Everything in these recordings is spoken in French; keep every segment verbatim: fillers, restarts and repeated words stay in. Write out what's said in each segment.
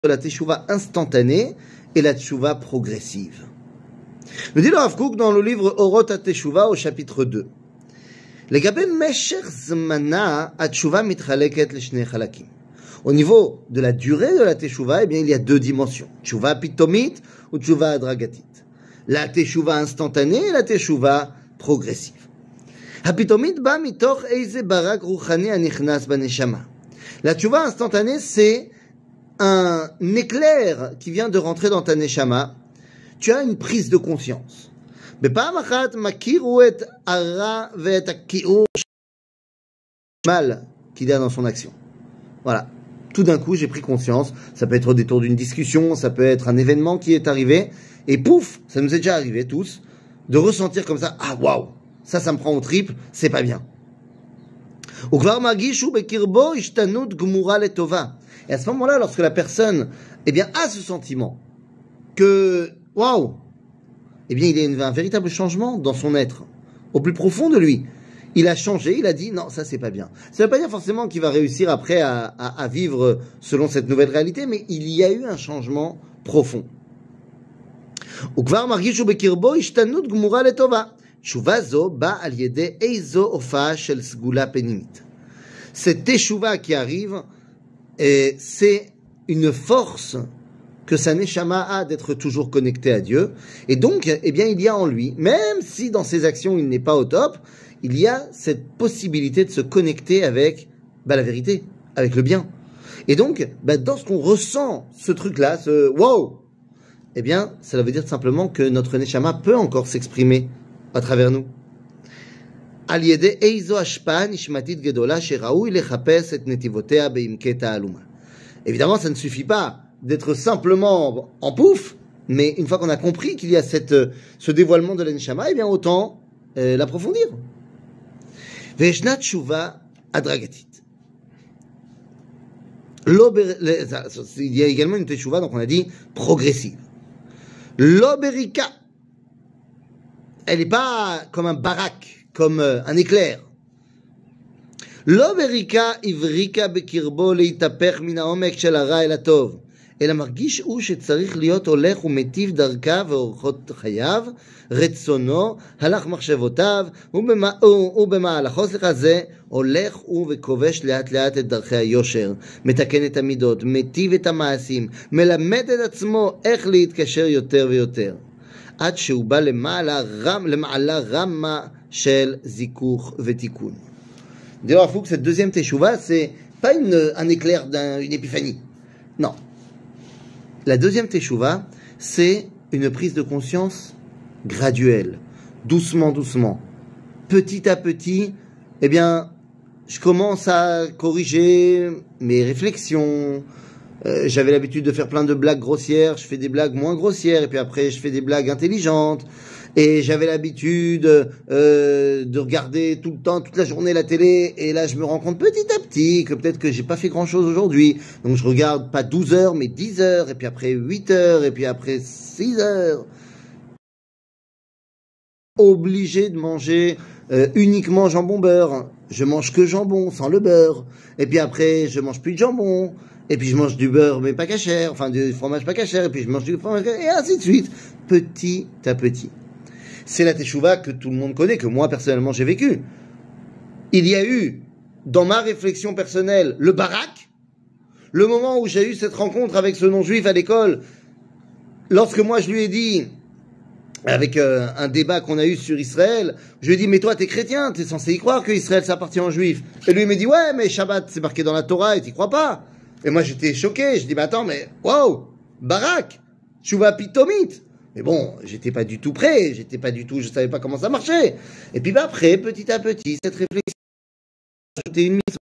la teshuva instantanée et la teshuva progressive. Nous dit le Rav Kook dans le livre Orot HaTeshuva au chapitre deux. לגבי משך זמנה, התשובה מתחלקת לשני חלקים. Au niveau de la durée de la teshuva, eh bien, il y a deux dimensions. Teshuva pitomit ou teshuva adragatit. La teshuva instantanée et la teshuva progressive. הפיתומית בא מתוך איזה ברק רוחני הנכנס בנשמה. La teshuva instantanée, c'est un éclair qui vient de rentrer dans ta neshama. Tu as une prise de conscience. בפעם אחת מכירו את הרע ואת הכיעור mal qu'il y a dans son action. Voilà. Tout d'un coup, j'ai pris conscience. Ça peut être au détour d'une discussion, ça peut être un événement qui est arrivé. Et pouf, ça nous est déjà arrivé tous, de ressentir comme ça, ah waouh, ça, ça me prend au triple, c'est pas bien. וכבר מרגיש הוא בקרבו השתנות גמורה לטובה. Et à ce moment-là, lorsque la personne, eh bien, a ce sentiment que, waouh, eh bien, il y a un véritable changement dans son être, au plus profond de lui. Il a changé, il a dit, non, ça, c'est pas bien. Ça ne veut pas dire forcément qu'il va réussir après à, à, à vivre selon cette nouvelle réalité, mais il y a eu un changement profond. וכבר מרגיש הוא בקרבו השתנות גמורה לטובה. תשובה זו באה על ידי איזו הופעה של סגולה פנימית. Cette teshuva qui arrive, et c'est une force que sa neshama a d'être toujours connecté à Dieu. Et donc, eh bien, il y a en lui, même si dans ses actions il n'est pas au top, il y a cette possibilité de se connecter avec bah, la vérité, avec le bien. Et donc, bah, dans ce qu'on ressent, ce truc-là, ce wow, eh bien, cela veut dire simplement que notre neshama peut encore s'exprimer à travers nous. על ידי איזו השפעה נשמתית גדולה שראוי לחפש את נתיבותיה בעמקי תעלומה. Évidemment, ça ne suffit pas d'être simplement en pouf, mais une fois qu'on a compris qu'il y a cette, ce dévoilement de la neshama, eh bien autant euh, l'approfondir. וישנה תשובה הדרגתית. לא בר... Il y a également une teshuva, donc on a dit progressive. לא בריקה. Elle n'est pas comme un barak, comme euh, un éclair. לא בריקה הבריקה בקרבו להתהפך מן העומק של הרע אל הטוב, אלא מרגיש הוא שצריך להיות הולך ומטיב דרכה ואורחות חייו, רצונו, הלך מחשבותיו, ובמהלכו סליחה זה, הולך הוא וכובש לאט לאט את דרכי היושר, מתקן את המידות, מטיב את המעשים, מלמד את עצמו איך להתקשר יותר ויותר. עד שהוא בא למעלה, רם, למעלה רמה של זיכוך ותיקון. D'ailleurs, il faut que cette deuxième teshuva, c'est pas une, un éclair d'une épiphanie. Non. La deuxième teshuva, c'est une prise de conscience graduelle, doucement, doucement. Petit à petit, eh bien, je commence à corriger mes réflexions. Euh, j'avais l'habitude de faire plein de blagues grossières, je fais des blagues moins grossières, et puis après, je fais des blagues intelligentes. Et j'avais l'habitude euh, de regarder tout le temps, toute la journée la télé, et là je me rends compte petit à petit que peut-être que j'ai pas fait grand chose aujourd'hui. Donc je regarde pas douze heures, mais dix heures, et puis après huit heures, et puis après six heures. Obligé de manger euh, uniquement jambon beurre. Je mange que jambon, sans le beurre. Et puis après, je mange plus de jambon. Et puis je mange du beurre, mais pas cachère, enfin du fromage pas cachère, et puis je mange du fromage cachère, et ainsi de suite, petit à petit. C'est la teshuva que tout le monde connaît, que moi personnellement j'ai vécu. Il y a eu, dans ma réflexion personnelle, le barak, le moment où j'ai eu cette rencontre avec ce non-juif à l'école, lorsque moi je lui ai dit, avec euh, un débat qu'on a eu sur Israël, je lui ai dit, mais toi t'es chrétien, t'es censé y croire que Israël ça appartient aux juifs. Et lui il m'a dit, ouais, mais Shabbat c'est marqué dans la Torah et t'y crois pas. Et moi j'étais choqué, je dis, mais attends, mais wow, barak, teshuva pitomit. Mais bon, j'étais pas du tout prêt, j'étais pas du tout, je savais pas comment ça marchait. Et puis bah, après, petit à petit, cette réflexion, ajouter une mise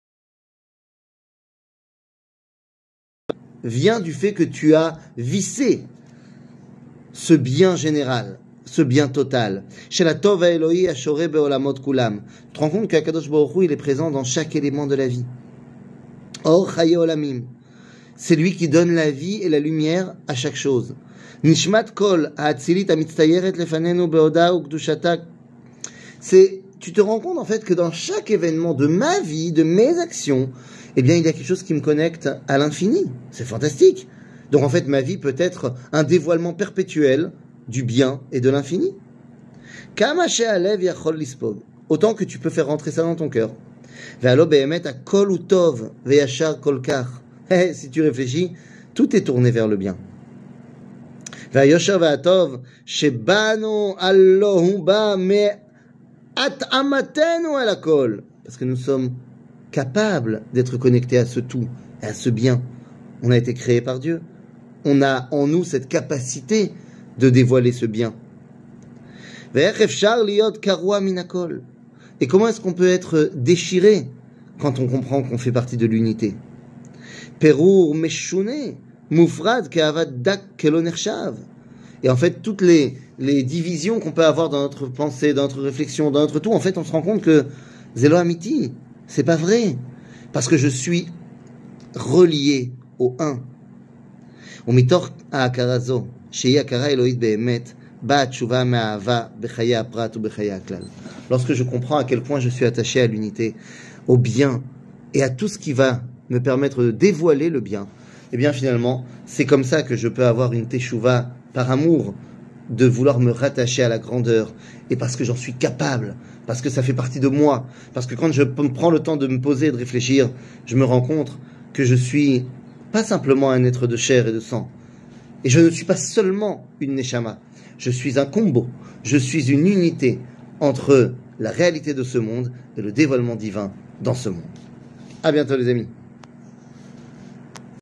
vient du fait que tu as vissé ce bien général, ce bien total. Chez la Tov Elohi Ashore Beolamot Kulam. Tu te rends compte qu'Akadosh Baruch Hu, il est présent dans chaque élément de la vie. Or Chaye Olamim. C'est lui qui donne la vie et la lumière à chaque chose. Nishmat kol ha'atzilit hamitztayeret lefanenu beoda u'kedushata. C'est tu te rends compte en fait que dans chaque événement de ma vie, de mes actions, eh bien il y a quelque chose qui me connecte à l'infini. C'est fantastique. Donc en fait ma vie peut être un dévoilement perpétuel du bien et de l'infini. Kama she'alev yachol lispog. Autant que tu peux faire rentrer ça dans ton cœur. Ve'alo be'emet hakol hu tov ve'yashar kol kach. Si tu réfléchis, tout est tourné vers le bien. Ve'yosher ve'atov shebanu allohu ba me'at'amatenu el hakol. Parce que nous sommes capables d'être connectés à ce tout, à ce bien. On a été créés par Dieu. On a en nous cette capacité de dévoiler ce bien. Et comment est-ce qu'on peut être déchiré quand on comprend qu'on fait partie de l'unité? Perur meshune, mufrad ke'avad dak kelo nershav. Et en fait, toutes les, les divisions qu'on peut avoir dans notre pensée, dans notre réflexion, dans notre tout, en fait, on se rend compte que zelo amiti, c'est pas vrai. Parce que je suis relié au un. Umitor ha'akarazo, shehi hakara elohit be'emet, lorsque je comprends à quel point je suis attaché à l'unité, au bien et à tout ce qui va me permettre de dévoiler le bien, eh bien finalement, c'est comme ça que je peux avoir une teshuva par amour de vouloir me rattacher à la grandeur et parce que j'en suis capable, parce que ça fait partie de moi, parce que quand je prends le temps de me poser et de réfléchir, je me rends compte que je suis pas simplement un être de chair et de sang, et je ne suis pas seulement une neshama. Je suis un combo, je suis une unité entre la réalité de ce monde et le dévoilement divin dans ce monde. À bientôt les amis.